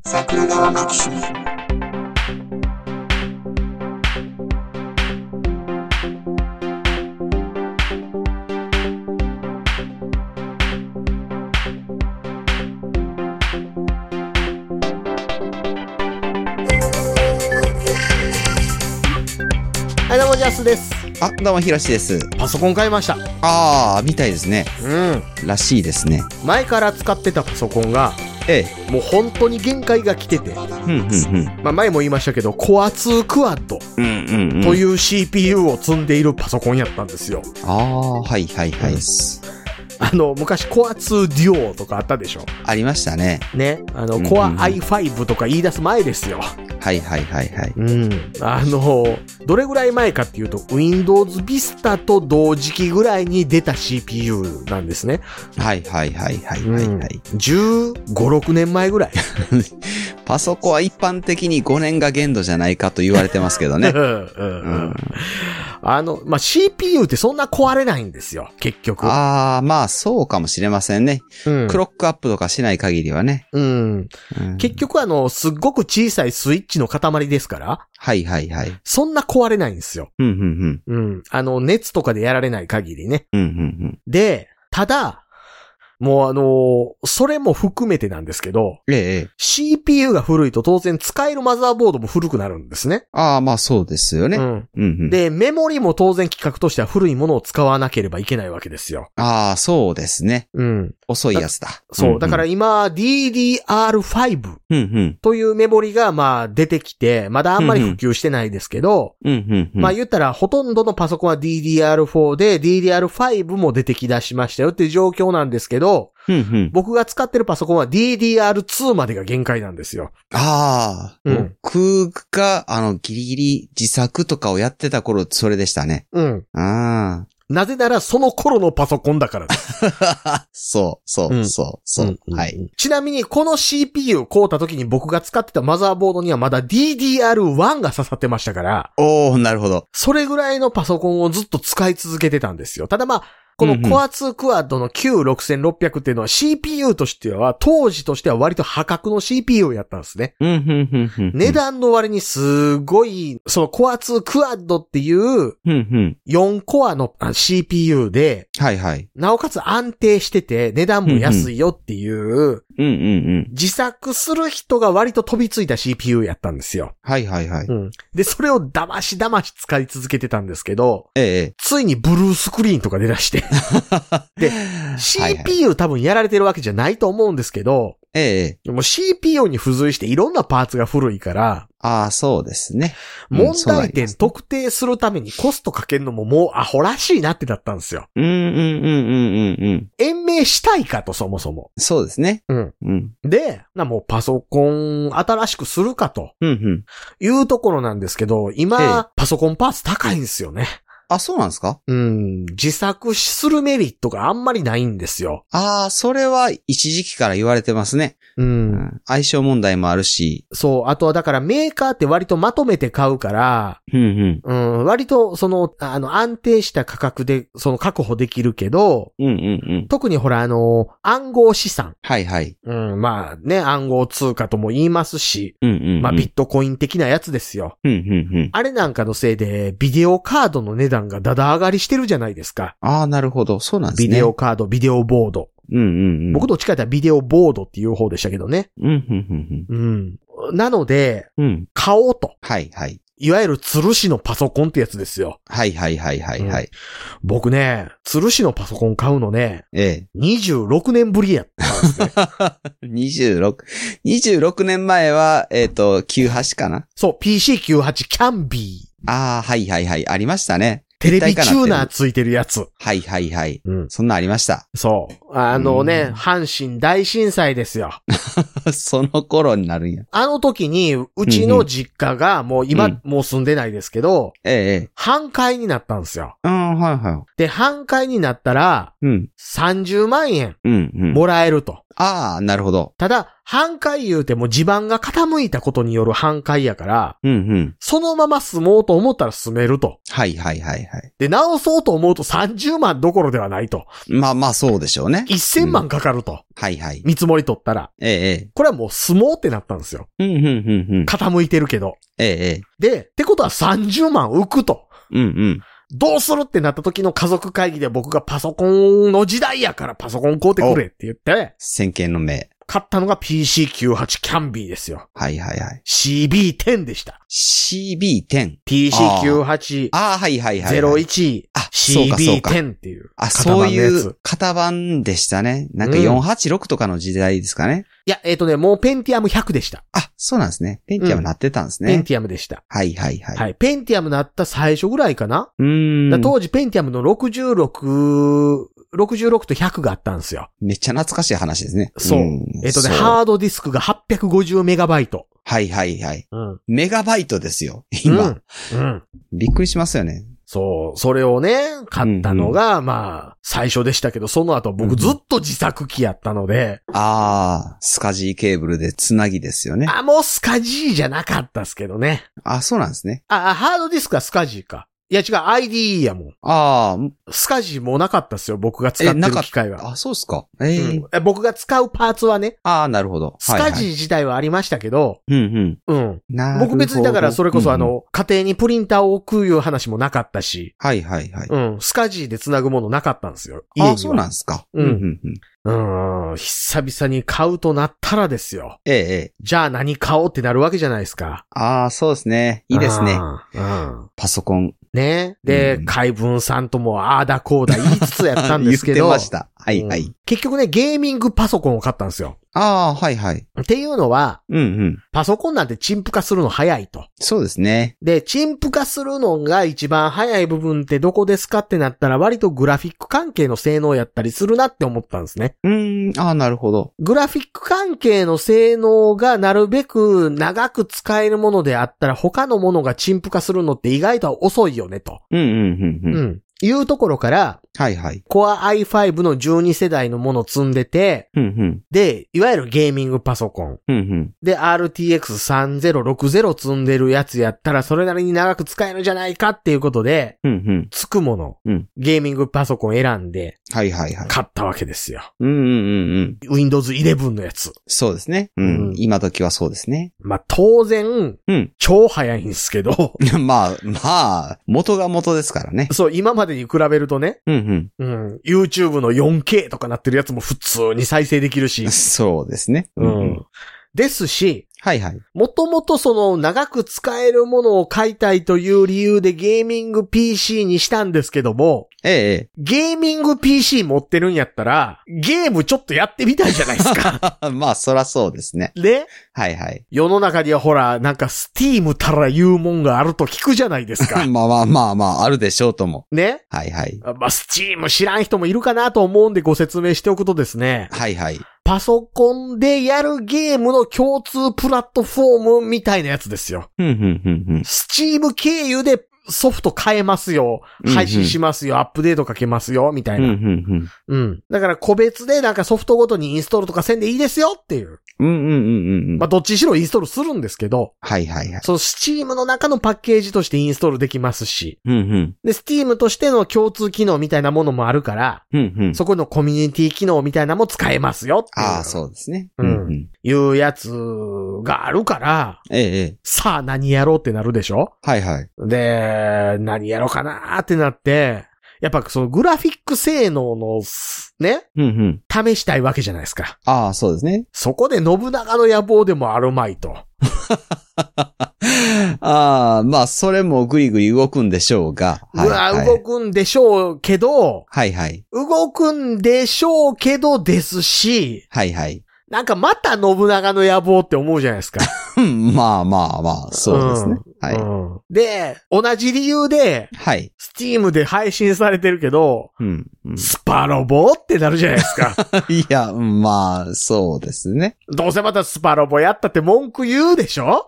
桜川マキシム。 はい、どうもジャスです。 あ、どうもひろしです。 パソコン買いました。 あー、みたいですね。らしいですね。 前から使ってたパソコンが、もう本当に限界が来てて、前も言いましたけど、コア2クワッドという CPU を積んでいるパソコンやったんですよ。 はいはいはい。 昔コア2デュオとかあったでしょ。ありましたね。 ね。コア i5 とか言い出す前ですよ。 はいはいはいはい。 どれぐらい前かっていうと、Windows Vista と同時期ぐらいに出た CPU なんですね。 はいはいはいはいはい、はい。 15、6年前ぐらい。 パソコンは一般的に5年が限度じゃないかと言われてますけどね。 CPU ってそんな壊れないんですよ、結局。 まあそうかもしれませんね。クロックアップとかしない限りはね。 結局すっごく小さいスイッチの塊ですから。 はいはいはい。 そんな壊れないんですよ。熱とかでやられない限りね。で、ただ、もうそれも含めてなんですけど、CPU が古いと当然使えるマザーボードも古くなるんですね。 まあそうですよね。 で、メモリも当然規格としては古いものを使わなければいけないわけですよ。 そうですね。遅いやつだ。 そう。だから今、DDR5 というメモリが出てきて、まだあんまり普及してないですけど、言ったらほとんどのパソコンは DDR4 で DDR5 も出てきだしましたよっていう状況なんですけど、僕が使ってるパソコンは DDR2 までが限界なんですよ。 僕がギリギリ自作とかをやってた頃それでしたね。 なぜならその頃のパソコンだからです。 そう。はい。 ちなみにこの CPU 買うた時に僕が使ってたマザーボードにはまだ DDR1 が刺さってましたから。 なるほど。 それぐらいのパソコンをずっと使い続けてたんですよ。ただこのコア2クワッドの Q6600 っていうのは CPU としては、当時としては割と破格の CPU やったんですね。値段の割にすごい、そのコア2クワッドっていう4コアの CPU で、なおかつ安定してて値段も安いよっていう、自作する人が割と飛びついた CPU やったんですよ。で、それを騙し使い続けてたんですけど、ついにブルースクリーンとか出だして、で、CPU 多分やられてるわけじゃないと思うんですけど、もう CPU に付随していろんなパーツが古いから、 そうですね。 問題点特定するためにコストかけるのももうアホらしいなってだったんですよ。延命したいかと、そもそも。 そうですね。 で、もうパソコン新しくするかと、いうところなんですけど、今、パソコンパーツ高いんですよね。 そうなんですか？ 自作するメリットがあんまりないんですよ。 それは一時期から言われてますね。相性問題もあるし。 そう。あとはだからメーカーって割とまとめて買うから、割と安定した価格で確保できるけど、特にほら暗号資産。暗号通貨とも言いますし、ビットコイン的なやつですよ。あれなんかのせいでビデオカードの値段がだだ上がりしてるじゃないですか。 なるほど。そうなんですね。 ビデオカード、ビデオボード。僕どっちか言ったらビデオボードっていう方でしたけどね。なので、買おうと。いわゆる吊るしのパソコンってやつですよ。僕ね、吊るしのパソコン買うのね、26年ぶりやったんですね。 26年前は、98かな？ そう、PC98 キャンビー。 ありましたね。 テレビチューナーついてるやつ。 そんなありました。 そう。阪神大震災ですよ。 その頃になるんや。 あの時に、うちの実家が、もう今、もう住んでないですけど、半壊になったんですよ。で、半壊になったら、30万円、もらえると。 なるほど。 ただ、 半壊言うても地盤が傾いたことによる半壊やから、 うんうん。 そのまま住もうと思ったら住めると。 はいはいはいはい。 で、直そうと思うと30万どころではないと。 まあまあそうでしょうね。 1000万かかると。 はいはい。 見積もり取ったら。 ええ。 これはもう住もうってなったんですよ。 うんうんうんうん。 傾いてるけど。 ええ。 で、ってことは30万浮くと。 うんうん。 どうするってなった時の家族会議で僕がパソコンの時代やからパソコン買うてくれって言って、 先見の明。 買ったのが PC98 キャンビーですよ。 はいはいはい。 CB10 でした。 CB10。 PC98。 ああ、はいはいはい。 01。 あ、そうかそうか。 CB10 っていう。 そういう型番でしたね。なんか486とかの時代ですかね。 いや、もうペンティアム100でした。 あ、そうなんですね。ペンティアムなってたんですね。 ペンティアムでした。 はいはいはい。 はい。ペンティアムなった最初ぐらいかな。当時ペンティアムの66と100があったんですよ。 めっちゃ懐かしい話ですね。 そう。ハードディスクが850メガバイト。 はいはいはい。メガバイトですよ。今。びっくりしますよね。 そう。それをね、買ったのが、まあ、最初でしたけど、その後僕ずっと自作機やったので。 スカジーケーブルでつなぎですよね。 もうスカジーじゃなかったっすけどね。 そうなんですね。 ハードディスクはスカジーか。いや違う、IDE やもん。スカジーもうなかったっすよ、僕が使ってる機械は。 そうっすか。 僕が使うパーツはね。 なるほど。 スカジー自体はありましたけど。僕別にだからそれこそ家庭にプリンターを置くいう話もなかったし。 はいはいはい。 スカジーで繋ぐものなかったんですよ。 そうなんですか。 久々に買うとなったらですよ。じゃあ何買おうってなるわけじゃないですか。 そうですね。いいですね。パソコン。 ね。で、海文さんともだこうだ言いつつやったんですけど。 言ってました。はいはい。 結局ね、ゲーミングパソコンを買ったんですよ。 はいはい。 っていうのは、パソコンなんて陳腐化するの早いと。 そうですね。 で、陳腐化するのが一番早い部分ってどこですかってなったら割とグラフィック関係の性能やったりするなって思ったんですね。 なるほど。 グラフィック関係の性能がなるべく長く使えるものであったら他のものが陳腐化するのって意外と遅いよねと。いうところから、 はいはい。 Core i5 の12世代のものを積んでて、で、いわゆるゲーミングパソコン。で、RTX3060 積んでるやつやったらそれなりに長く使えるんじゃないかっていうことで、つくもの、ゲーミングパソコン選んで、買ったわけですよ。Windows 11のやつ。 そうですね。今時はそうですね。 当然、超早いんですけど。 元が元ですからね。 そう、今までに比べるとね。YouTube の 4K とかなってるやつも普通に再生できるし。 そうですね。 ですし、 はいはい。 もともとその長く使えるものを買いたいという理由でゲーミング PC にしたんですけども、ゲーミング PC 持ってるんやったら、ゲームちょっとやってみたいじゃないですか。 そらそうですね。 で、 はいはい。 世の中にはほら、なんか Steam たら言うもんがあると聞くじゃないですか。 あるでしょうとも。 ね。 はいはい。 Steam 知らん人もいるかなと思うんでご説明しておくとですね。 はいはい。 パソコンでやるゲームの共通プラットフォームみたいなやつですよ。Steam 経由でソフト買えますよ。配信しますよ。アップデートかけますよ。みたいな。だから個別でなんかソフトごとにインストールとかせんでいいですよっていう。どっちにしろインストールするんですけど。その Steam の中のパッケージとしてインストールできますし。で、Steam としての共通機能みたいなものもあるから。そこのコミュニティ機能みたいなのも使えますよっていう。 そうですね。 いうやつがあるから。さあ何やろうってなるでしょ？で、何やろうかなーってなって、やっぱそのグラフィック性能のね、試したいわけじゃないですか。 そうですね。 そこで信長の野望でもあるまいと。 それもぐりぐり動くんでしょうが。 動くんでしょうけど、動くんでしょうけどですし、なんかまた信長の野望って思うじゃないですか。 そうですね。 で、同じ理由で、Steam で配信されてるけど、スパロボってなるじゃないですか。 いや、そうですね。 どうせまたスパロボやったって文句言うでしょ？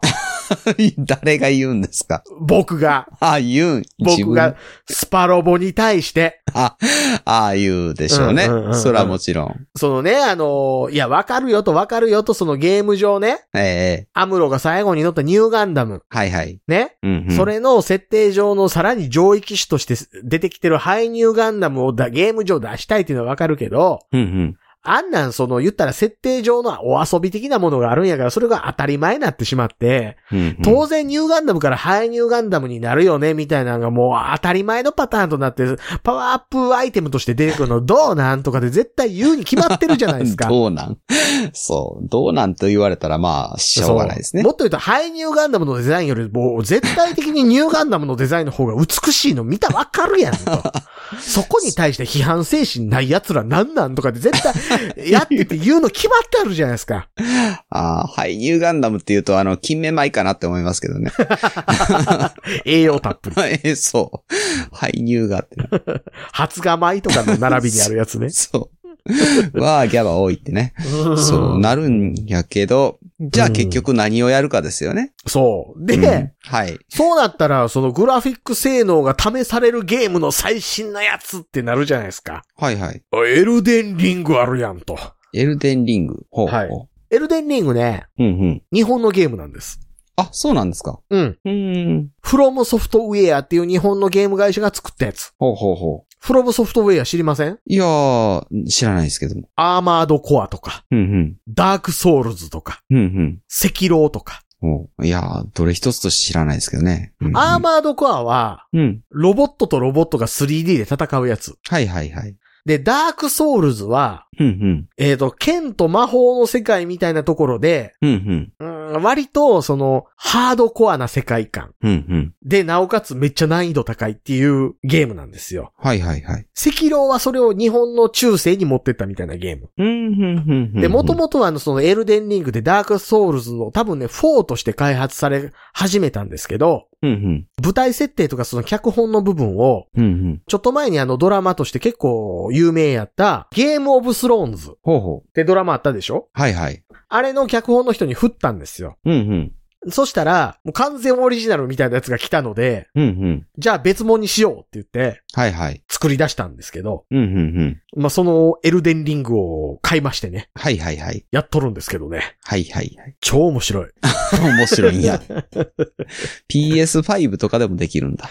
誰が言うんですか？ 僕が。僕がスパロボに対して。 言うでしょうね。それはもちろん。 そのね、いや、わかるよと、そのゲーム上ね。アムロが最後に乗ったニューガンダム。 はいはい。 ね。それの設定上のさらに上位機種として出てきてるハイニューガンダムをゲーム上出したいっていうのはわかるけど、あんなん言ったら設定上のお遊び的なものがあるんやから、それが当たり前になってしまって、当然ニューガンダムからハイニューガンダムになるよね、みたいなのがもう当たり前のパターンとなって、パワーアップアイテムとして出てくるのどうなんとかで絶対言うに決まってるじゃないですか。 どうなんどうなんと言われたらまあ、しょうがないですね。 もっと言うと、ハイニューガンダムのデザインよりも、絶対的にニューガンダムのデザインの方が美しいの見たらわかるやんと。そこに対して批判精神ない奴らなんなんとかで絶対やってて言うの決まってあるじゃないですか。 はい、ニューガンダムって言うと金目米かなって思いますけどね。 栄養たっぷり。そう。はい、ニューガって。 発芽米とかの並びにあるやつね。 そう。ギャバ多いってね。そうなるんやけど、じゃあ結局何をやるかですよね。 そう。で、 はい。 そうなったら、そのグラフィック性能が試されるゲームの最新なやつってなるじゃないですか。 はいはい。 エルデンリングあるやんと。 エルデンリング。 はい。エルデンリングね。日本のゲームなんです。 そうなんですか。 フロムソフトウェアっていう日本のゲーム会社が作ったやつ。フロムソフトウェア知りません？ いやー、知らないですけども。 アーマードコアとか。ダークソウルズとか。赤狼とか。 いやー、どれ一つと知らないですけどね。 アーマードコアは、ロボットとロボットが 3D で戦うやつ。 はいはいはい。 で、ダークソウルズは、剣と魔法の世界みたいなところで、割と、ハードコアな世界観。で、なおかつめっちゃ難易度高いっていうゲームなんですよ。 はいはいはい。 赤狼はそれを日本の中世に持ってったみたいなゲーム。で、もともとはエルデンリングでダークソウルズの多分ね、4として開発され始めたんですけど、舞台設定とかその脚本の部分を、ちょっと前にドラマとして結構有名やったゲームオブスローンズってドラマあったでしょ？ はいはい。 あれの脚本の人に振ったんですよ。そしたら、もう完全オリジナルみたいなやつが来たので、じゃあ別物にしようって言って、作り出したんですけど、まあそのエルデンリングを買いましてね。やっとるんですけどね。超面白い。 面白いんや。PS5 とかでもできるんだ。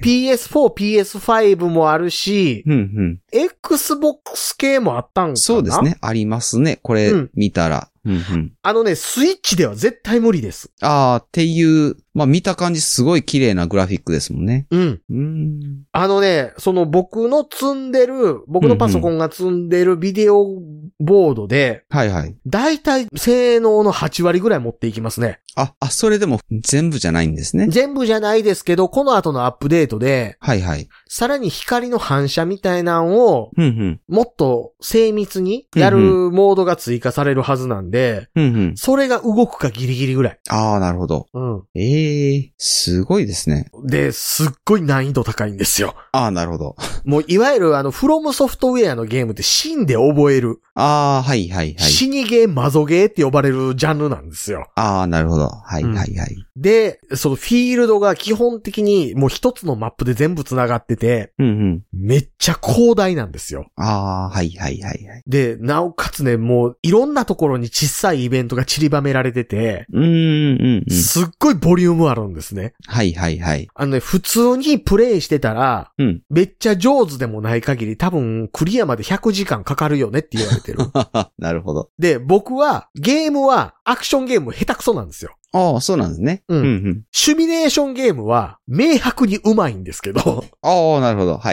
PS4、PS5 もあるし、Xbox 系もあったんかな？ そうですね。ありますね。これ見たら。 スイッチでは絶対無理です。 っていう、まあ見た感じすごい綺麗なグラフィックですもんね。 僕のパソコンが積んでるビデオボードで、だいたい性能の8割ぐらい持っていきますね。 それでも全部じゃないんですね。 全部じゃないですけど、この後のアップデートで、さらに光の反射みたいなのを、もっと精密にやるモードが追加されるはずなんで、それが動くかギリギリぐらい。 なるほど。すごいですね。 で、すっごい難易度高いんですよ。 なるほど。 もういわゆるフロムソフトウェアのゲームって死んで覚える。死にゲー、マゾゲーって呼ばれるジャンルなんですよ。 なるほど。 で、そのフィールドが基本的にもう一つのマップで全部繋がってて、めっちゃ広大なんですよ。で、なおかつね、もういろんなところに小さいイベントが散りばめられてて、すっごいボリュームあるんですね。普通にプレイしてたら、めっちゃ上手でもない限り多分クリアまで100時間かかるよねって言われてる。 なるほど。 で、僕はゲームはアクションゲーム下手くそなんですよ。 そうなんですね。 シミュレーションゲームは明白に上手いんですけど。 なるほど。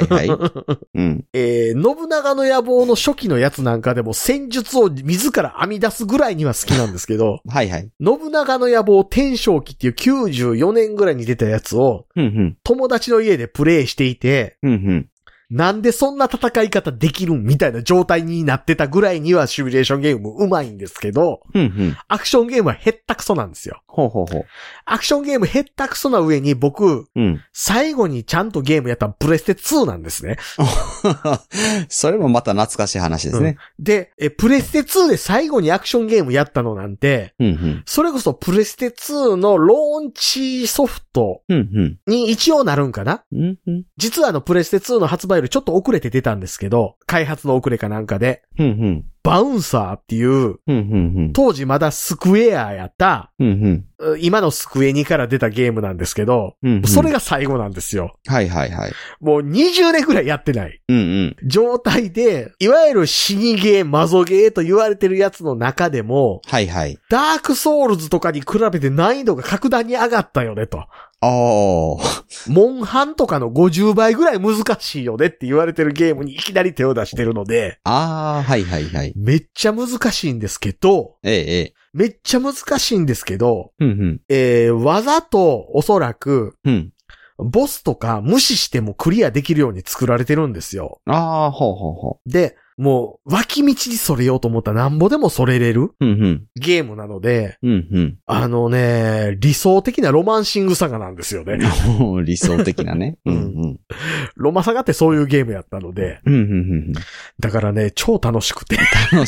信長の野望の初期のやつなんかでも戦術を自ら編み出すぐらいには好きなんですけど。信長の野望天正期っていう94年ぐらいに出たやつを、友達の家でプレイしていて、 なんでそんな戦い方できるんみたいな状態になってたぐらいにはシミュレーションゲーム上手いんですけど、アクションゲームはへったくそなんですよ。アクションゲームへったくそな上に僕、最後にちゃんとゲームやったのプレステ2なんですね。 それもまた懐かしい話ですね。 で、プレステ2で最後にアクションゲームやったのなんて、それこそプレステ2のローンチソフトに一応なるんかな、実はプレステ2の発売よりちょっと遅れて出たんですけど、開発の遅れかなんかで、バウンサーっていう、当時まだスクエアやった、今のスクエニから出たゲームなんですけど、それが最後なんですよ。もう20年くらいやってない、状態で、いわゆる死にゲー、マゾゲーと言われてるやつの中でも、ダークソウルズとかに比べて難易度が格段に上がったよねと。モンハンとかの50倍ぐらい難しいよねって言われてるゲームにいきなり手を出してるので、めっちゃ難しいんですけど、めっちゃ難しいんですけど、わざとおそらく、ボスとか無視してもクリアできるように作られてるんですよ。で、もう脇道にそれようと思ったらなんぼでもそれれる、ゲームなので、理想的なロマンシングサガなんですよね。 理想的なね。 ロマサガってそういうゲームやったので、だからね、超楽しくて。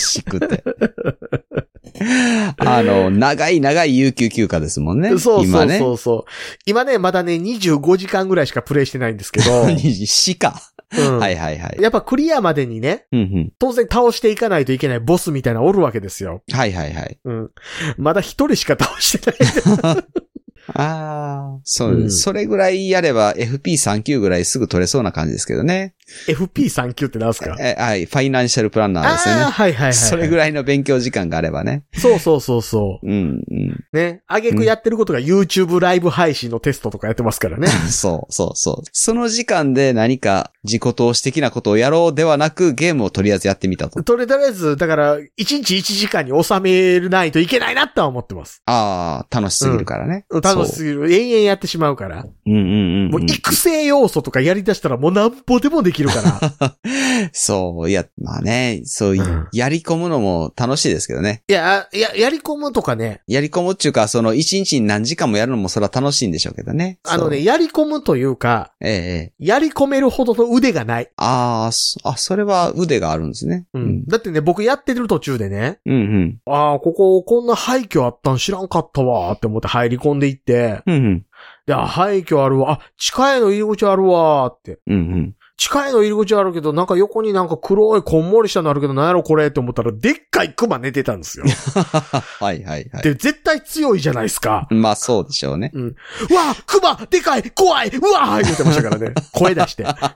長い有給休暇ですもんね。そう。今ね、まだね、25時間ぐらいしかプレイしてないんですけど。 しか。 やっぱクリアまでにね、当然倒していかないといけないボスみたいなのおるわけですよ。まだ一人しか倒してない。 それぐらいやれば FP3 級ぐらいすぐ取れそうな感じですけどね。 FP3 級って何すか？ ファイナンシャルプランナーですよね。それぐらいの勉強時間があればね。 そう。ね。あげくやってることが YouTube ライブ配信のテストとかやってますからね。 そう。その時間で何か自己投資的なことをやろうではなく、ゲームをとりあえずやってみたと。 とりあえず、だから、1日1時間に収めないといけないなとは思ってます。 楽しすぎるからね。 楽しすぎる。延々やってしまうから。もう育成要素とかやり出したらもうなんぼでもできるから。 まあね、やり込むのも楽しいですけどね。 やり込むとかね。 やり込むっていうか、1日に何時間もやるのもそれは楽しいんでしょうけどね。 やり込むというか、やり込めるほどの腕がない。 それは腕があるんですね。 だってね、僕やってる途中でね、こここんな廃墟あったん知らんかったわーって思って入り込んでいって、で、廃墟あるわ。地下への入り口あるわーって。地下への入り口あるけど、なんか横になんか黒いこんもりしたのあるけど、なんやろこれって思ったら、でっかいクマ寝てたんですよ。で、絶対強いじゃないですか。 まあそうでしょうね。 うわクマでかい怖いうわー言ってましたからね。声出して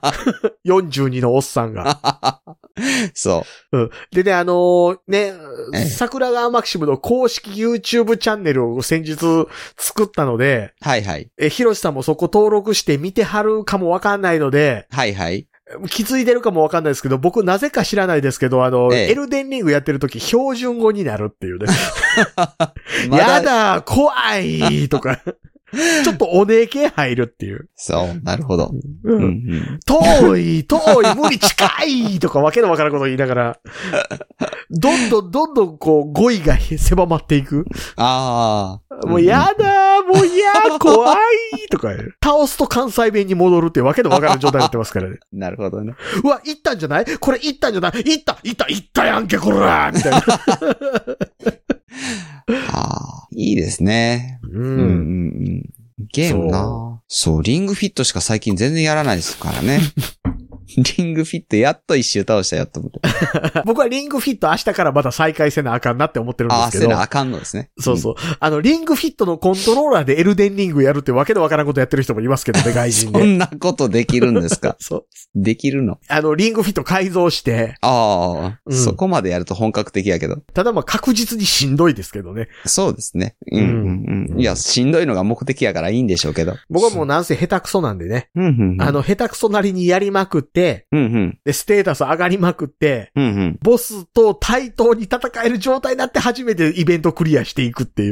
。42のおっさんが。でね、桜川マキシムの公式 YouTube チャンネルを先日作ったので、ヒロシさんもそこ登録して見てはるかもわかんないので、気づいてるかもわかんないですけど、僕なぜか知らないですけど、エルデンリングやってるとき標準語になるっていうね。やだ怖いとか。ちょっとおねえ系入るっていう。 なるほど。 遠い、無理近いとかわけのわからんこと言いながら、どんどんこう語彙が狭まっていく。もうやだもう嫌怖いとか、倒すと関西弁に戻るってわけのわからん状態になってますからね。 なるほどね。 うわ、行ったんじゃないこれ行ったんじゃない行ったやんけこらみたいな。 いいですね。ゲームな。リングフィットしか最近全然やらないですからね。リングフィットやっと一周倒したよと思って。 僕はリングフィット明日からまた再開せなあかんなって思ってるんですけど。 せなあかんのですね。 リングフィットのコントローラーでエルデンリングやるってわけのわからんことやってる人もいますけどね、外人で。 そんなことできるんですか？できるの？ リングフィット改造して。 そこまでやると本格的やけど。 ただまあ確実にしんどいですけどね。 そうですね。いや、しんどいのが目的やからいいんでしょうけど。 僕はもうなんせ下手くそなんでね。下手くそなりにやりまくって、で、ステータス上がりまくって、ボスと対等に戦える状態になって初めてイベントクリアしていくっていう。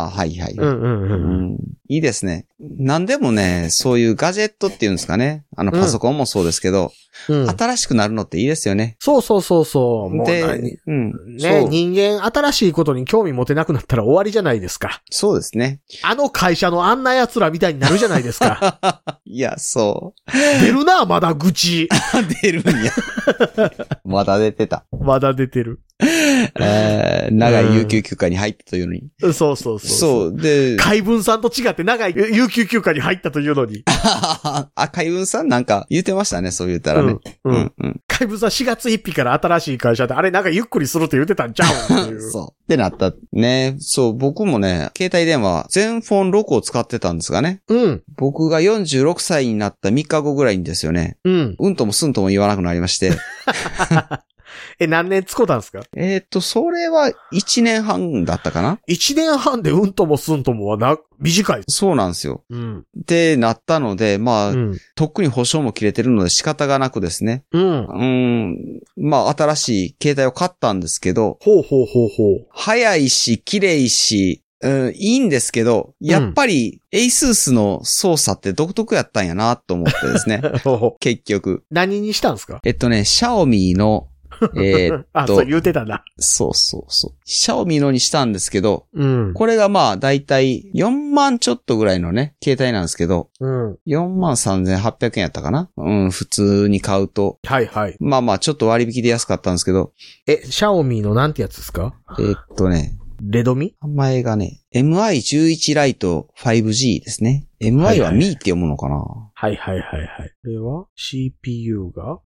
いいですね。なんでもね、そういうガジェットっていうんですかね。パソコンもそうですけど、 新しくなるのっていいですよね。 そうそうそうそう。もうで、 ね、人間新しいことに興味持てなくなったら終わりじゃないですか。 そうですね。 あの会社のあんな奴らみたいになるじゃないですか。 いや、そう。 出るな、まだ愚痴。 出るんや。まだ出てた。 まだ出てる。 長い有給休暇に入ったというのに。 そうそうそう。 そう。で、 海文さんと違って長い有給休暇に入ったというのに。 海文さんなんか言ってましたね、そう言ったらね。 海文さん4月1日から新しい会社で、あれなんかゆっくりするって言ってたんちゃうんっていう。 そう。ってなったね。そう、僕もね、携帯電話、全フォン6を使ってたんですがね。僕が46歳になった3日後ぐらいにですよね。うんともすんとも言わなくなりまして。 何年使ったんですか？ それは1年半だったかな？ 1 年半でうんともすんともは短い。 そうなんですよ。で、なったので、まあ、とっくに保証も切れてるので仕方がなくですね。まあ、新しい携帯を買ったんですけど。早いし、綺麗し、いいんですけど、やっぱり、ASUS の操作って独特やったんやなと思ってですね。結局。 何にしたんですか？ Xiaomi の、 そう言うてたな。 そう。Xiaomi のにしたんですけど、これがまあ、だいたい4万ちょっとぐらいのね、携帯なんですけど、43,800円やったかな？普通に買うと。 はいはい。 まあまあ、ちょっと割引で安かったんですけど。 Xiaomi のなんてやつですか？レドミ？ 名前がね、MI11 ライト 5G ですね。MI はミーって読むのかな？ はい。これは CPU が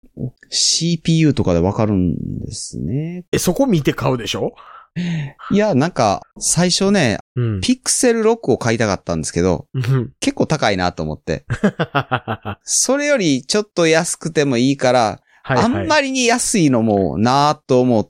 CPU とかでわかるんですね。 そこ見て買うでしょ？ いや、なんか、最初ね、ピクセル6を買いたかったんですけど、結構高いなと思って。それよりちょっと安くてもいいから、あんまりに安いのもなぁと思って、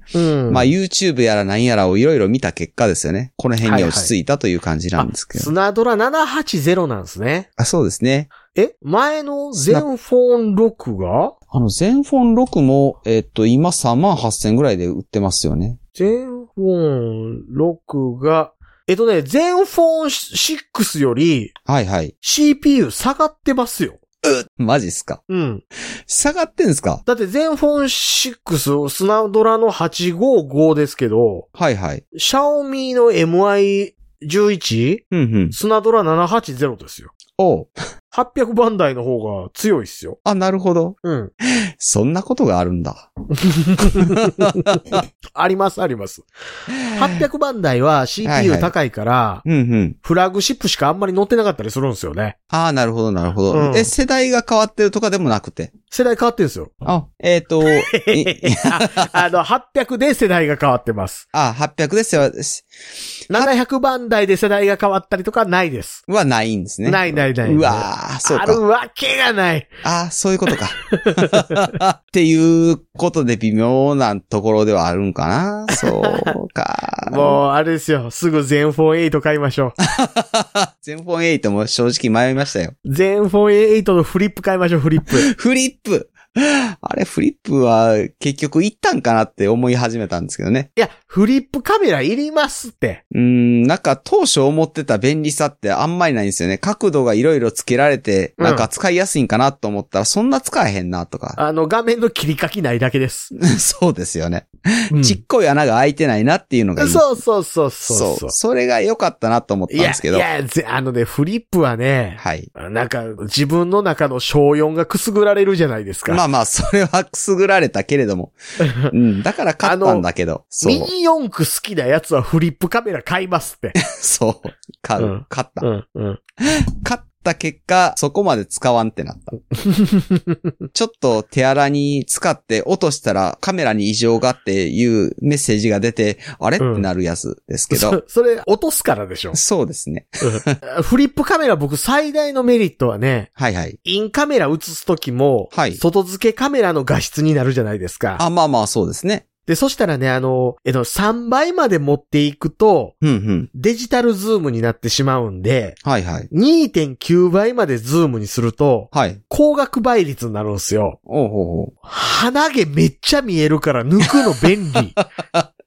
まあ YouTube やら何やらをいろいろ見た結果ですよね。この辺に落ち着いたという感じなんですけど。 スナドラ780なんですね。 そうですね。 前のゼンフォン6がゼンフォン6も、今38,000ぐらいで売ってますよね。 ゼンフォン6が、ゼンフォン6より、CPU 下がってますよ。 マジっすか？下がってんすか？ だってゼンフォン6、スナドラの855ですけど、シャオミの MI11、スナドラ780ですよ。800番台の方が強いっすよ。 なるほど。そんなことがあるんだ。 あります。800番台は CPU 高いから、フラッグシップしかあんまり載ってなかったりするんですよね。 なるほど。世代が変わってるとかでもなくて。 世代変わってるんですよ。800で世代が変わってます。 800ですよ。 700番台で世代が変わったりとかないです。 ないんですね。 ない。 うわー、そうか。 あるわけがない。 そういうことか。っていうことで微妙なところではあるんかな。そうか。 もう、あれですよ。すぐゼンフォン8買いましょう。 ゼンフォン8も正直迷いましたよ。 ゼンフォン8のフリップ買いましょう、フリップ。 フリップあれ、フリップは結局いったんかなって思い始めたんですけどね。 いや、フリップカメラいりますって。 なんか当初思ってた便利さってあんまりないんですよね。角度がいろいろつけられて、なんか使いやすいんかなと思ったら、そんな使えへんなとか。 画面の切り書きないだけです。 そうですよね。ちっこい穴が開いてないなっていうのがいい。 そう。 それが良かったなと思ったんですけど。 フリップはね、なんか自分の中の小4がくすぐられるじゃないですか。 まあ、それはくすぐられたけれども。だから買ったんだけど。 ミニ四駆好きなやつはフリップカメラ買いますって。 そう。買った。買った結果、そこまで使わんってなった。ちょっと手荒に使って落としたらカメラに異常がっていうメッセージが出て、あれってなるやつですけど。 それ落とすからでしょ。 そうですね。 フリップカメラ僕最大のメリットはね、インカメラ映すときも、外付けカメラの画質になるじゃないですか。 まあそうですね。 で、そしたらね、3倍まで持っていくと、デジタルズームになってしまうんで、2.9 倍までズームにすると、光学倍率になるんですよ。鼻毛めっちゃ見えるから抜くの便利。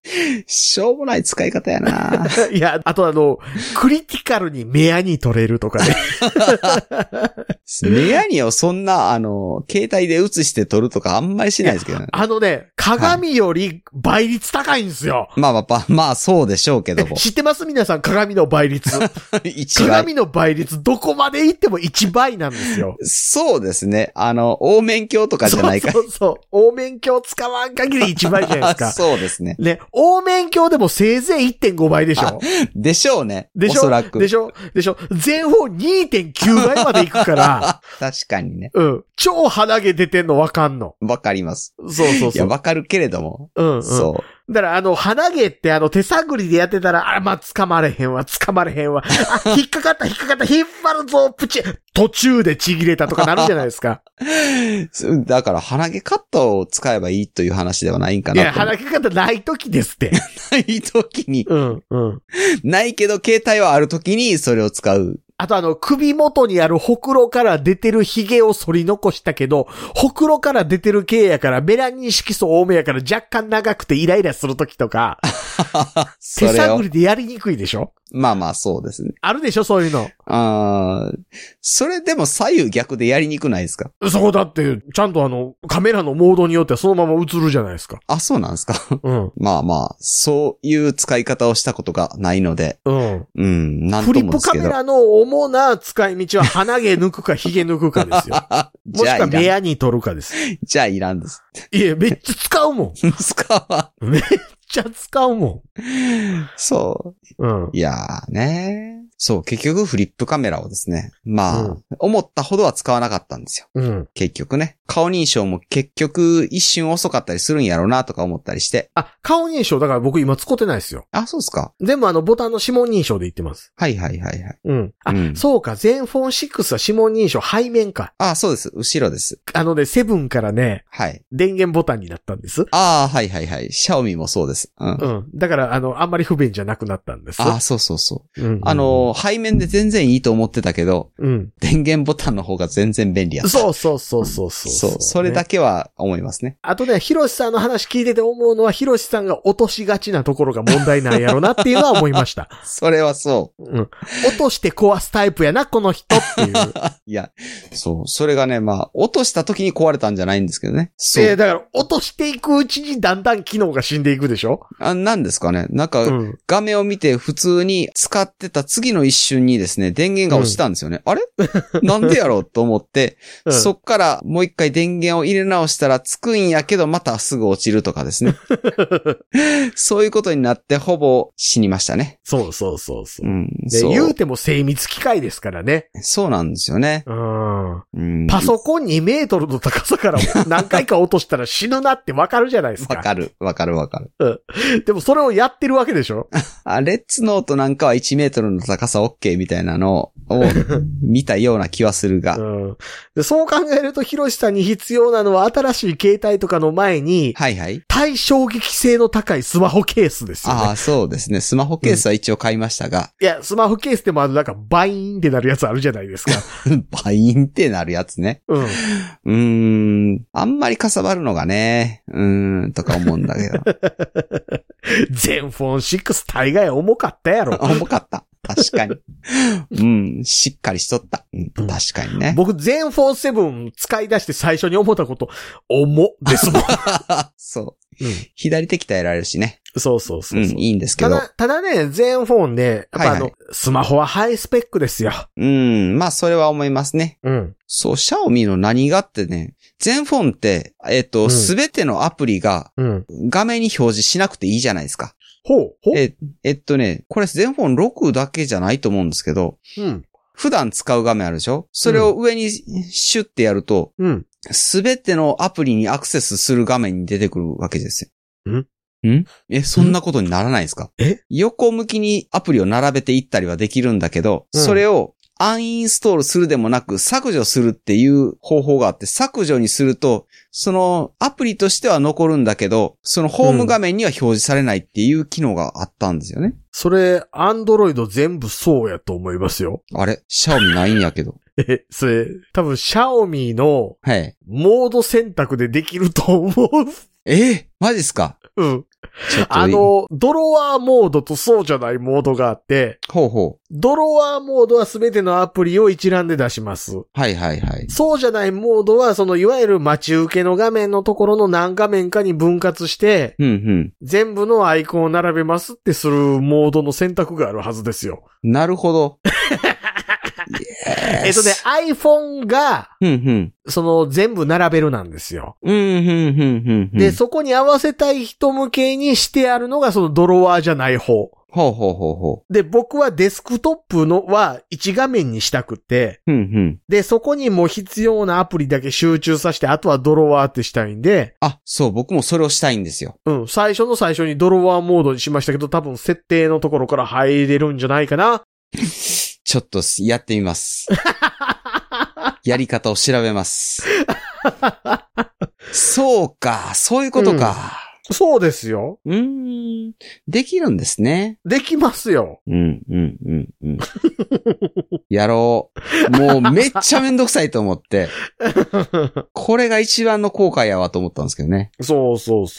しょうもない使い方やな。 いや、あとクリティカルに目やに取れるとかね。 目やにをそんな、携帯で映して撮るとかあんまりしないですけどね。 鏡より倍率高いんですよ。 はい、まあ、そうでしょうけども。 知ってます皆さん、鏡の倍率。鏡の倍率、どこまで行っても1倍なんですよ。 そうですね。凹面鏡とかじゃないか。 そう。凹面鏡使わん限り1倍じゃないですか。 そうですね。 ね、凹面鏡でもせいぜい 1.5 倍でしょ。 でしょうね。 でしょおそらく。 でしょ全方 2.9 倍まで行くから。 確かにね。 うん。超鼻毛出てんのわかんの。 わかります。 そう。 いや、わかるけれども。そう。 だから鼻毛って手探りでやってたら、掴まれへんわ。引っかかった、引っ張るぞ、プチ途中でちぎれたとかなるじゃないですか。 だから鼻毛カットを使えばいいという話ではないんかな。 いや、鼻毛カットない時ですって。 ない時に。 うん。 ないけど、携帯はある時にそれを使う。 あと首元にあるほくろから出てる髭を剃り残したけど、ほくろから出てる毛やからメラニン色素多めやから若干長くてイライラするときとか、手探りでやりにくいでしょ？ まあ、そうですね。 あるでしょそういうの。 それでも左右逆でやりにくないですか？ そうだって、ちゃんとカメラのモードによってはそのまま映るじゃないですか。 あ、そうなんですか？ うん。 まあ、そういう使い方をしたことがないので。 うん。 なんともですけど。 フリップカメラの主な使い道は鼻毛抜くか髭抜くかですよ。もしくは目やに取るかです。 じゃあいらんです。 いや、めっちゃ使うもん。 使わん。 めっちゃ使うもん。 そう。 うん。 いやーね。そう、結局フリップカメラをですね。思ったほどは使わなかったんですよ。 うん。 結局ね。顔認証も結局一瞬遅かったりするんやろうなとか思ったりして。 顔認証だから僕今使ってないですよ。 そうですか。 全部ボタンの指紋認証で言ってます。 はい。 うん。そうか。全フォン6は指紋認証背面か。 そうです。後ろです。 セブンからね。 はい。 電源ボタンになったんです。 はい。シャオミもそうです。 うん。だから、あんまり不便じゃなくなったんです。 そう。 うん。 背面で全然いいと思ってたけど、 うん。 電源ボタンの方が全然便利やった。 そう。 そう、それだけは思いますね。 あとね、ヒロシさんの話聞いてて思うのは、ヒロシさんが落としがちなところが問題なんやろなっていうのは思いました。 それはそう。 うん。落として壊すタイプやな、この人っていう。 いや、そう。それがね、落とした時に壊れたんじゃないんですけどね。 そう。だから、落としていくうちにだんだん機能が死んでいくでしょ？ なんですかね。なんか、画面を見て普通に使ってた次の一瞬にですね、電源が落ちたんですよね。あれなんでやろうと思って、そっからもう一回電源を入れ直したらつくんやけどまたすぐ落ちるとかですね。そういうことになってほぼ死にましたね。 そう。うん。で、言うても精密機械ですからね。 そうなんですよね。 パソコン2メートルの高さから何回か落としたら死ぬなってわかるじゃないですか。 わかる。 でもそれをやってるわけでしょ？ レッツノートなんかは1メートルの高さ OK みたいなのを見たような気はするが。 でそう考えると、ヒロシさんに必要なのは新しい携帯とかの前に、対衝撃性の高いスマホケースですよね。 そうですね。スマホケースは一応買いましたが。 いや、スマホケースでもなんかバイーンってなるやつあるじゃないですか。 バイーンってなるやつね。あんまりかさばるのがね、とか思うんだけど。 全フォン6大概重かったやろ。 重かった。確かに。しっかりしとった。確かにね。 僕、全フォン7使い出して最初に思ったこと、重ですもん。 そう。左手鍛えられるしね。 そう。 いいんですけど。 ただね、全フォンね、やっぱスマホはハイスペックですよ。 それは思いますね。そう、シャオミの何がってね、全フォンって、すべてのアプリが、画面に表示しなくていいじゃないですか。これ全フォン6だけじゃないと思うんですけど、普段使う画面あるでしょ？それを上にシュッてやると、すべてのアプリにアクセスする画面に出てくるわけですよ。そんなことにならないですか？横向きにアプリを並べていったりはできるんだけど、それをアンインストールするでもなく削除するっていう方法があって、削除にすると、そのアプリとしては残るんだけど、そのホーム画面には表示されないっていう機能があったんですよね。 それ、アンドロイド全部そうやと思いますよ。 あれ？シャオミないんやけど。 それ、多分シャオミの、モード選択でできると思う。 マジっすか？ ドロワーモードとそうじゃないモードがあって、 ほうほう。 ドロワーモードはすべてのアプリを一覧で出します。 はいはいはい。 そうじゃないモードは、いわゆる待ち受けの画面のところの何画面かに分割して、全部のアイコンを並べますってするモードの選択があるはずですよ。 なるほど。 iPhone が、全部並べるなんですよ。で、そこに合わせたい人向けにしてあるのがそのドロワーじゃない方。で、僕はデスクトップのは1画面にしたくて、で、そこにもう必要なアプリだけ集中させて、あとはドロワーってしたいんで。 あ、そう、僕もそれをしたいんですよ。 最初にドロワーモードにしましたけど、多分設定のところから入れるんじゃないかな。 ちょっとやってみます。やり方を調べます。そうか、そういうことか。 そうですよ。 できるんですね。 できますよ。 やろう。もうめっちゃめんどくさいと思って。これが一番の後悔やわと思ったんですけどね。 そう。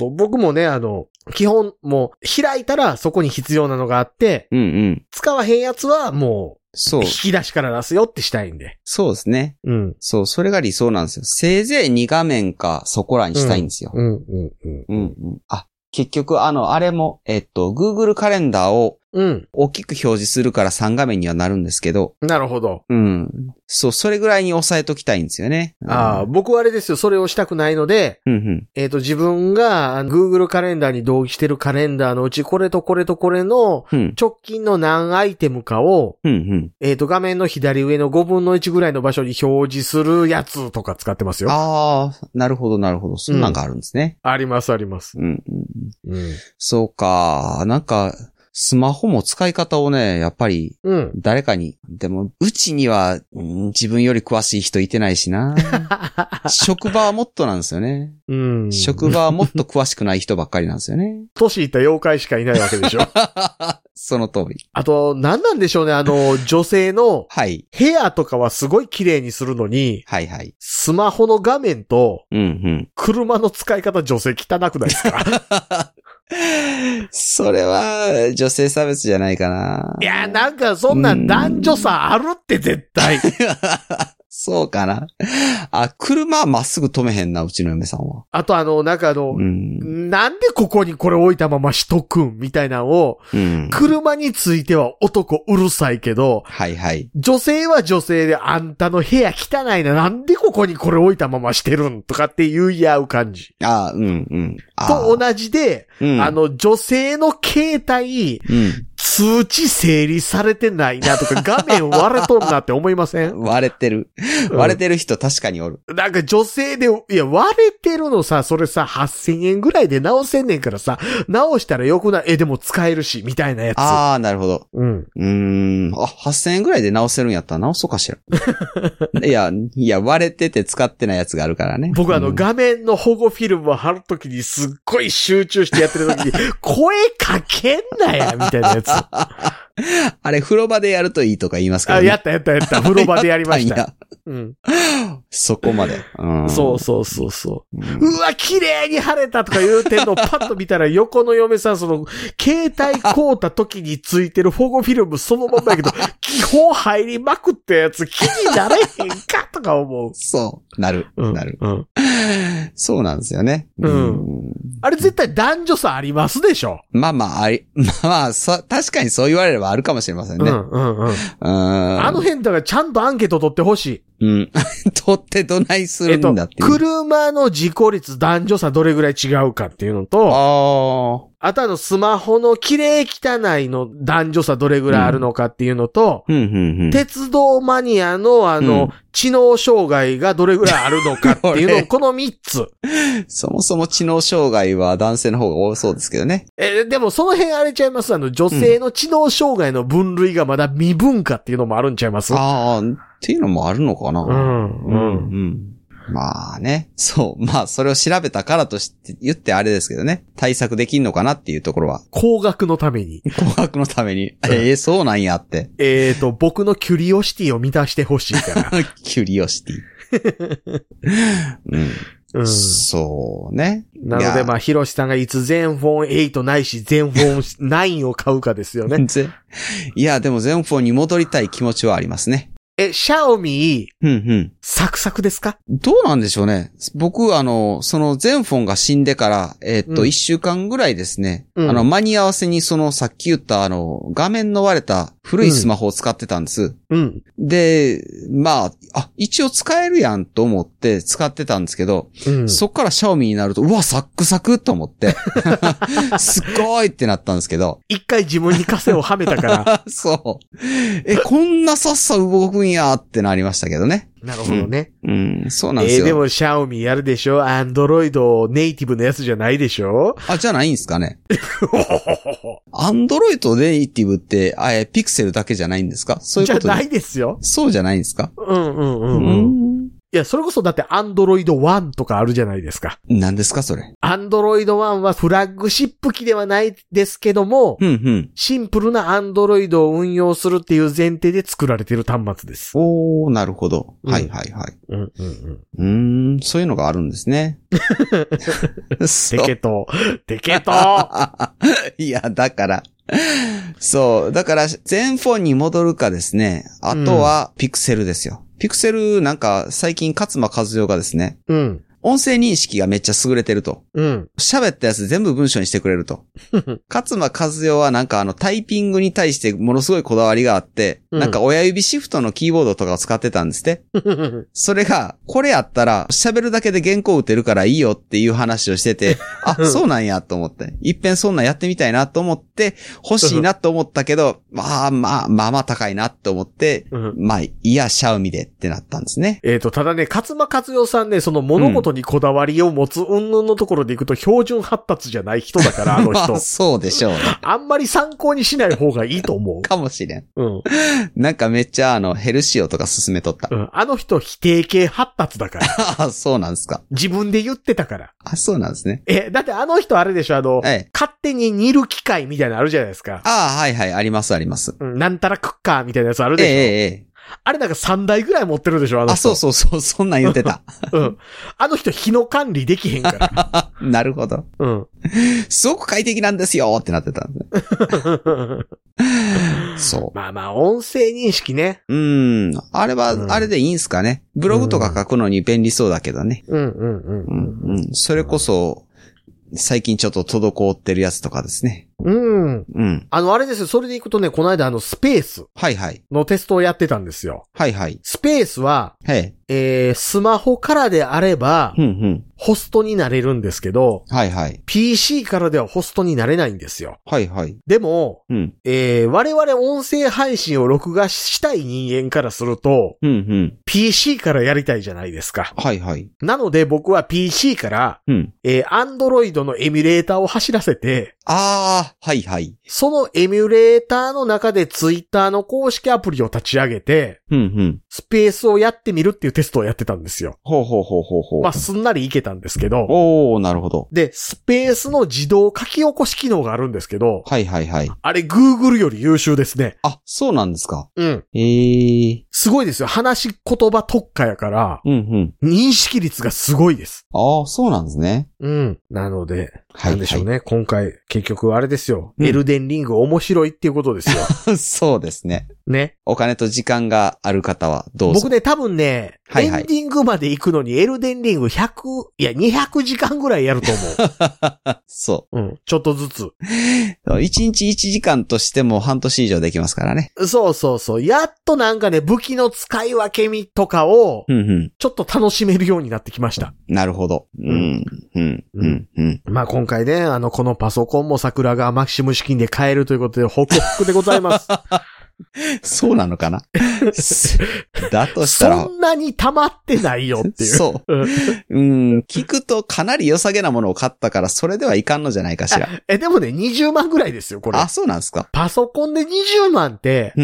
僕もね、基本もう開いたらそこに必要なのがあって、使わへんやつはもう、引き出しから出すよってしたいんで。 そうですね。そう、それが理想なんですよ。せいぜい2画面かそこらにしたいんですよ。あ、結局あれも、Google カレンダーを大きく表示するから3画面にはなるんですけど。 なるほど。 そう、それぐらいに抑えときたいんですよね。 僕はあれですよ、それをしたくないので、自分が Google カレンダーに同期してるカレンダーのうち、これとこれとこれの直近の何アイテムかを、画面の左上の5分の1ぐらいの場所に表示するやつとか使ってますよ。 なるほど、なるほど。そんなんがあるんですね。 あります。 そうか、なんか、スマホも使い方をね、やっぱり、誰かに、でも、うちには、自分より詳しい人いてないしな。職場はもっとなんですよね。職場はもっと詳しくない人ばっかりなんですよね。 年いった妖怪しかいないわけでしょ。 その通り。 あと、何なんでしょうね、女性の、部屋とかはすごい綺麗にするのに、スマホの画面と、車の使い方女性汚くないですか？ それは、女性差別じゃないかな。 いや、なんかそんな男女差あるって絶対。 そうかな。車はまっすぐ止めへんな、うちの嫁さんは。 あとなんでここにこれ置いたまましとくんみたいなのを、車については男うるさいけど、女性は女性であんたの部屋汚いな、なんでここにこれ置いたまましてるんとかって言い合う感じ。と同じで、女性の携帯、通知整理されてないなとか、画面割れとんなって思いません？ 割れてる。割れてる人確かにおる。 なんか女性で、いや、割れてるのさ、それさ、8000円ぐらいで直せんねんからさ、直したらよくない？でも使えるし、みたいなやつ。 なるほど。8000円ぐらいで直せるんやったら直そうかしら。いや、割れてて使ってないやつがあるからね。 僕画面の保護フィルムを貼るときにすっごい集中してやってるときに、声かけんなや、みたいなやつ。 あれ、風呂場でやるといいとか言いますからね。 やった。風呂場でやりました。 そこまで。 そう。うわ、綺麗に晴れたとか言うてんのをパッと見たら横の嫁さん、携帯買うた時についてる保護フィルムそのままやけど、基本入りまくったやつ気になれへんかとか思う。 そう。なる。そうなんですよね。 あれ絶対男女差ありますでしょ。 確かにそう言われればあるかもしれませんね。 あの辺だからちゃんとアンケート取ってほしい。 取ってどないするんだっていう。 車の事故率男女差どれぐらい違うかっていうのと、あとスマホの綺麗汚いの男女差どれぐらいあるのかっていうのと、鉄道マニアの知能障害がどれぐらいあるのかっていうの、この3つ。 そもそも知能障害は男性の方が多そうですけどね。 でもその辺あれちゃいます？女性の知能障害の分類がまだ未文化っていうのもあるんちゃいます？ っていうのもあるのかな。まあね。そう。まあ、それを調べたからとして言ってあれですけどね。対策できんのかなっていうところは。 工学のために。 そうなんやって。 僕のキュリオシティを満たしてほしいから。 キュリオシティ。 うん。 そうね。 なので、まあ、ヒロシさんがいつゼンフォン8ないし、ゼンフォン9を買うかですよね。 いや、でもゼンフォンに戻りたい気持ちはありますね。 シャオミ、サクサクですか？ どうなんでしょうね。僕、そのゼンフォンが死んでから、1週間ぐらいですね。間に合わせにさっき言った画面の割れた古いスマホを使ってたんです。で、まあ、一応使えるやんと思って使ってたんですけど、そっからシャオミになると、うわ、サックサクと思って、すっごいってなったんですけど。 一回自分に枷をはめたから。 そう。こんなさっさ動くんやってなりましたけどね。 なるほどね。 そうなんですよ。 でも、シャオミやるでしょ？アンドロイドネイティブのやつじゃないでしょ？ じゃないんですかね。アンドロイドネイティブって、ピクセルだけじゃないんですか？そういうことじゃないですよ。 そうじゃないんですか？ いや、それこそだってアンドロイド1とかあるじゃないですか。 何ですかそれ。 アンドロイド1はフラッグシップ機ではないですけども、シンプルなアンドロイドを運用するっていう前提で作られている端末です。 おー、なるほど。はいはいはい。そういうのがあるんですね。 テケト。 いや、だから。そう。だから、全フォンに戻るかですね。あとは、ピクセルですよ。ピクセルなんか最近勝間和代がですね。音声認識がめっちゃ優れてると。喋ったやつ全部文章にしてくれると。勝間和代はなんかタイピングに対してものすごいこだわりがあって、なんか親指シフトのキーボードとかを使ってたんですって。それが、これやったら喋るだけで原稿打てるからいいよっていう話をしてて、そうなんやと思って。一遍そんなんやってみたいなと思って、欲しいなと思ったけど、まあ高いなと思って、いや、シャウミでってなったんですね。 ただね、勝間和代さんね、その物事にこだわりを持つ云々のところでいくと標準発達じゃない人だから、あの人。 そうでしょうね。 あんまり参考にしない方がいいと思う。 かもしれん。なんかめっちゃヘルシオとか勧めとった。 あの人否定形発達だから。 そうなんですか。 自分で言ってたから。 そうなんですね。 だってあの人あれでしょ、勝手に煮る機械みたいなのあるじゃないですか。 はいはい、ありますあります。 なんたらクッカーみたいなやつあるでしょ。あれなんか3台ぐらい持ってるでしょ、あの人。 そう、そんなん言ってた。 あの人火の管理できへんから。 なるほど。すごく快適なんですよってなってたんで。そう。 まあ、音声認識ね。 あれは、あれでいいんすかね。ブログとか書くのに便利そうだけどね。それこそ、最近ちょっと滞ってるやつとかですね。あれですよ、それでいくとね、この間スペース。のテストをやってたんですよ。スペースは、スマホからであれば、ホストになれるんですけど、PC からではホストになれないんですよ。でも、我々音声配信を録画したい人間からすると、PC からやりたいじゃないですか。なので僕は PC から、Android のエミュレーターを走らせて、そのエミュレーターの中で Twitter の公式アプリを立ち上げて、スペースをやってみるっていうテストをやってたんですよ。まあ、すんなりいけたんですけど。 なるほど。 で、スペースの自動書き起こし機能があるんですけど。 あれ、 Google より優秀ですね。 そうなんですか。 すごいですよ。話し言葉特化やから、認識率がすごいです。 そうなんですね。 なので、なんでしょうね。今回、結局あれですよ。エルデンリング面白いっていうことですよ。 そうですね。 ね。 お金と時間がある方はどうぞ。 僕ね、多分ね、エンディングまで行くのにエルデンリング200時間ぐらいやると思う。 そう。 ちょっとずつ。 1日1時間としても半年以上できますからね。 そう。やっとなんかね、武器の使い分けとかを、ちょっと楽しめるようになってきました。 なるほど。 まあ今回ね、このパソコンも桜川マキシム資金で買えるということで、ホクホクでございます。 そうなのかなだとしたら。 そんなに溜まってないよっていう。 そう。聞くとかなり良さげなものを買ったから、それではいかんのじゃないかしら。 でもね、20万ぐらいですよ、これ。 そうなんですか。 パソコンで20万って、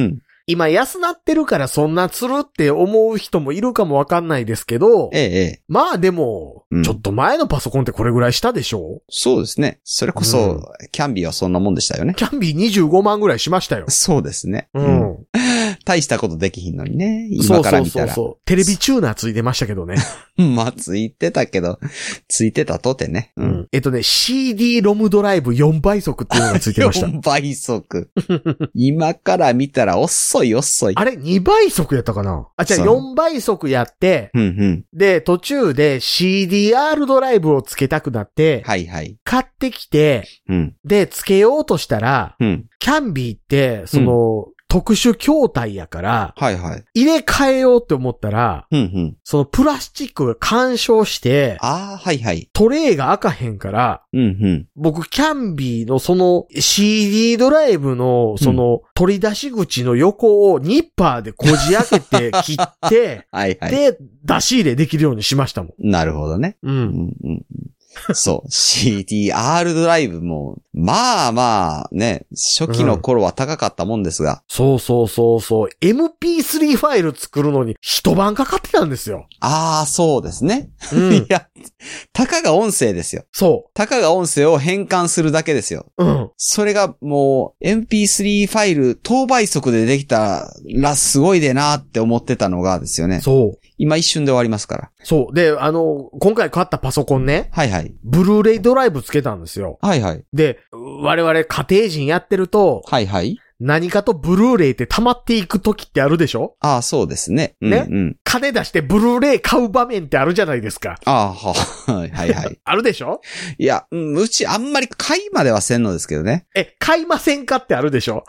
今安なってるからそんな釣るって思う人もいるかもわかんないですけど、まあでも、ちょっと前のパソコンってこれぐらいしたでしょ？ そうですね。それこそ、キャンビーはそんなもんでしたよね。 キャンビー25万ぐらいしましたよ。 そうですね。大したことできひんのにね。今から見たら。 そう。テレビチューナーついてましたけどね。 まあ、ついてたけど、ついてたとてね。 CD ロムドライブ4倍速っていうのがついてました。 4倍速。今から見たら遅い。 あれ2倍速やったかな？じゃあ4倍速やって、で、途中で CDR ドライブをつけたくなって、買ってきて、で、つけようとしたら、キャンビーって、特殊筐体やから、入れ替えようって思ったら、そのプラスチックが干渉して、トレイが開かへんから、僕キャンビーのその CD ドライブのその取り出し口の横をニッパーでこじ開けて切って、で、出し入れできるようにしましたもん。 なるほどね。そう。CDR ドライブも、まあね、初期の頃は高かったもんですが。 そう。MP3 ファイル作るのに一晩かかってたんですよ。 そうですね。いや、たかが音声ですよ。 そう。 たかが音声を変換するだけですよ。それがもう MP3 ファイル等倍速でできたらすごいでなって思ってたのがですよね。 そう。 今一瞬で終わりますから。 そう。で、今回買ったパソコンね。ブルーレイドライブつけたんですよ。で、我々家庭人やってると。何かとブルーレイって溜まっていく時ってあるでしょ？ そうですね。 金出してブルーレイ買う場面ってあるじゃないですか。あるでしょ？ いや、うちあんまり買いまではせんのですけどね。 買いませんかってあるでしょ？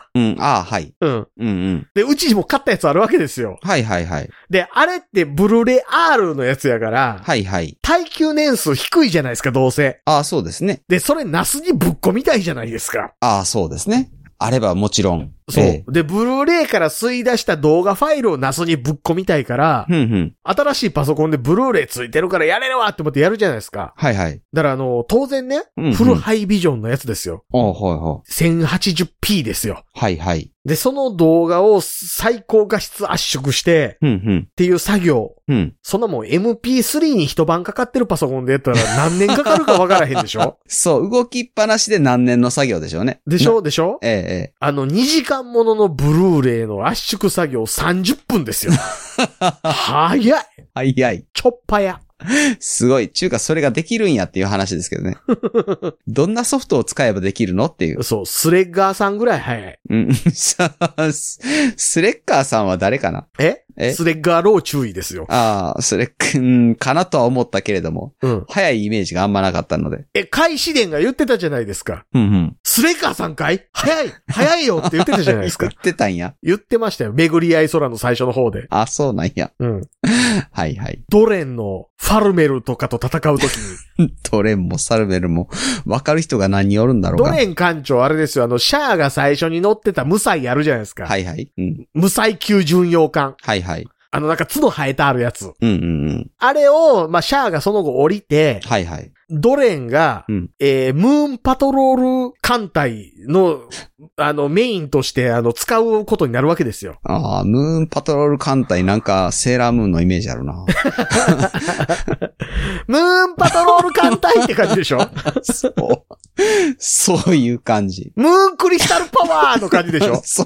で、うちも買ったやつあるわけですよ。で、あれってブルーレイ R のやつやから、耐久年数低いじゃないですか、どうせ。 そうですね。 で、それナスにぶっ込みたいじゃないですか。 そうですね。あればもちろん。 そう。で、ブルーレイから吸い出した動画ファイルをナスにぶっ込みたいから、新しいパソコンでブルーレイついてるからやれるわって思ってやるじゃないですか。だから当然ね、フルハイビジョンのやつですよ。1080p ですよ。で、その動画を最高画質圧縮して、っていう作業。そんなもん MP3 に一晩かかってるパソコンでやったら何年かかるかわからへんでしょ？ そう、動きっぱなしで何年の作業でしょうね。 でしょ2時間もののブルーレイの圧縮作業30分ですよ。早い。ちょっぱや。 すごい。中華それができるんやっていう話ですけどね。どんなソフトを使えばできるのっていう。 そう、スレッガーさんぐらい早い。 スレッガーさんは誰かな？ スレッガーロー注意ですよ。 かなとは思ったけれども、早いイメージがあんまなかったので。 開始伝が言ってたじゃないですか。スレッガーさんかい？早いよって言ってたじゃないですか。 言ってたんや。 言ってましたよ。巡り合い空の最初の方で。 そうなんや。 ドレンのファルメルとかと戦うときに。 ドレンもサルメルも、わかる人が何人おるんだろうか。 ドレン艦長あれですよ。シャアが最初に乗ってた無彩あるじゃないですか。無彩級巡洋艦。なんか角生えてあるやつ。あれを、シャアがその後降りて、ドレンが、ムーンパトロール艦隊の、メインとして、使うことになるわけですよ。 ムーンパトロール艦隊なんか、セーラームーンのイメージあるな。 ムーンパトロール艦隊って感じでしょ？ そういう感じ。 ムーンクリスタルパワーの感じでしょ？ そう。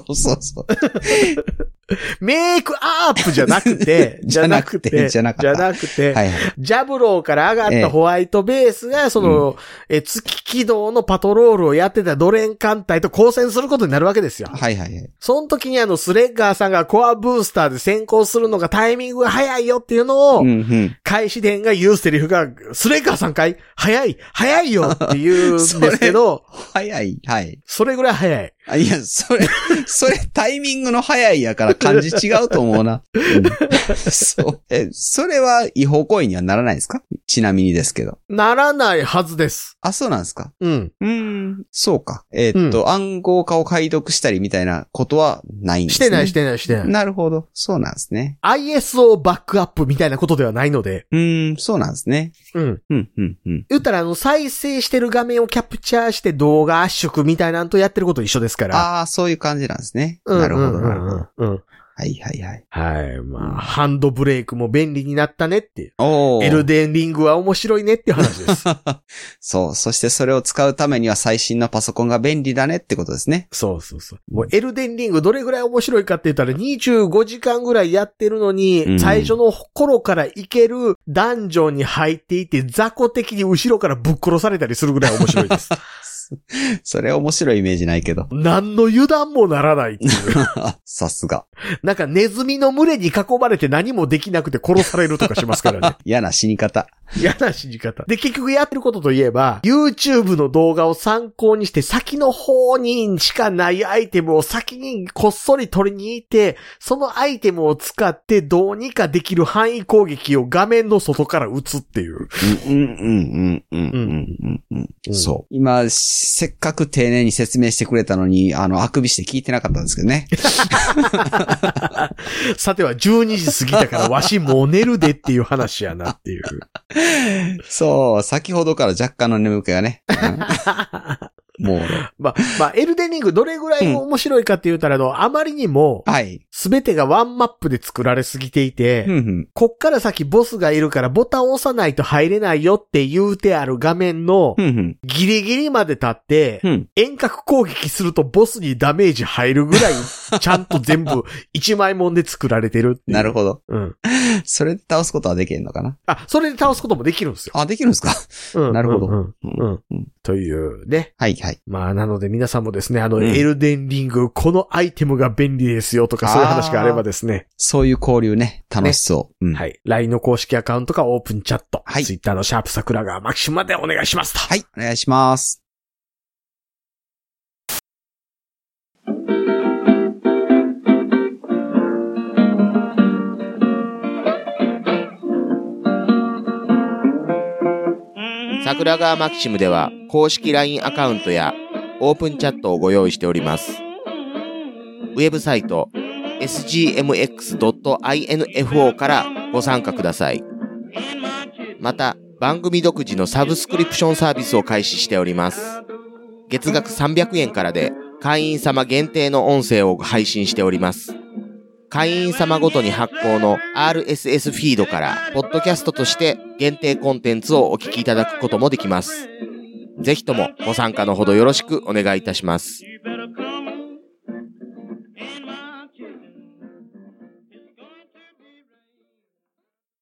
メイクアップじゃなくて、ジャブローから上がったホワイトベースが、月軌道のパトロールをやってたドレン艦隊と交戦することになるわけですよ。その時にスレッガーさんがコアブースターで先行するのがタイミングが早いよっていうのを、開始伝が言うセリフが、スレッガーさんかい？早いよって言うんですけど、それぐらい早い。 いや、それタイミングの早いやから感じ違うと思うな。それは違法行為にはならないですか？ちなみにですけど。 ならないはずです。 そうなんですか？そうか。暗号化を解読したりみたいなことはないんですね。 してない。 なるほど。そうなんですね。 ISO バックアップみたいなことではないので。 そうなんですね。 言ったら再生してる画面をキャプチャーして動画圧縮みたいなのとやってること一緒ですですから。 ああ、そういう感じなんですね。なるほど、なるほど。はいはいはい。 はい。まあ、ハンドブレークも便利になったねっていう。エルデンリングは面白いねっていう話です。 そう。そしてそれを使うためには最新のパソコンが便利だねってことですね。 そう。もうエルデンリングどれぐらい面白いかって言ったら25時間ぐらいやってるのに、最初の頃から行けるダンジョンに入っていて、雑魚的に後ろからぶっ殺されたりするぐらい面白いです。 それ面白いイメージないけど。 何の油断もならないっていう。 さすが。 なんかネズミの群れに囲まれて何もできなくて殺されるとかしますからね。 嫌な死に方。 嫌な死に方。で、結局やってることといえば、YouTube の動画を参考にして先の方にしかないアイテムを先にこっそり取りに行って、そのアイテムを使ってどうにかできる範囲攻撃を画面の外から撃つっていう。 そう。今、せっかく丁寧に説明してくれたのに、あくびして聞いてなかったんですけどね。 さては12時過ぎたからわしもう寝るでっていう話やなっていう。 そう、先ほどから若干の眠気がね。もうね。 まあ、エルデンリングどれぐらい面白いかって言ったら、あまりにも、 はい。 すべてがワンマップで作られすぎていて、こっから先ボスがいるからボタンを押さないと入れないよって言うてある画面の、ギリギリまで立って、遠隔攻撃するとボスにダメージ入るぐらい、ちゃんと全部一枚もんで作られてるっていう。 なるほど。それで倒すことはできるのかな？ それで倒すこともできるんですよ。 あ、できるんですか？なるほど。 というね。 はいはい。 まあ、なので皆さんもですね、エルデンリング、このアイテムが便利ですよとかそういう話があればですね。 そういう交流ね、楽しそう。 はい。LINE の公式アカウントかオープンチャット。はい。Twitter のシャープ桜川マキシムまでお願いしますと。 はい、お願いします。 桜川マキシムでは公式 LINE アカウントやオープンチャットをご用意しております。ウェブサイト sgmx.info からご参加ください。また番組独自のサブスクリプションサービスを開始しております。月額300円からで会員様限定の音声を配信しております。会員様ごとに発行の RSS フィードからポッドキャストとして限定コンテンツをお聞きいただくこともできます。ぜひともご参加のほどよろしくお願いいたします。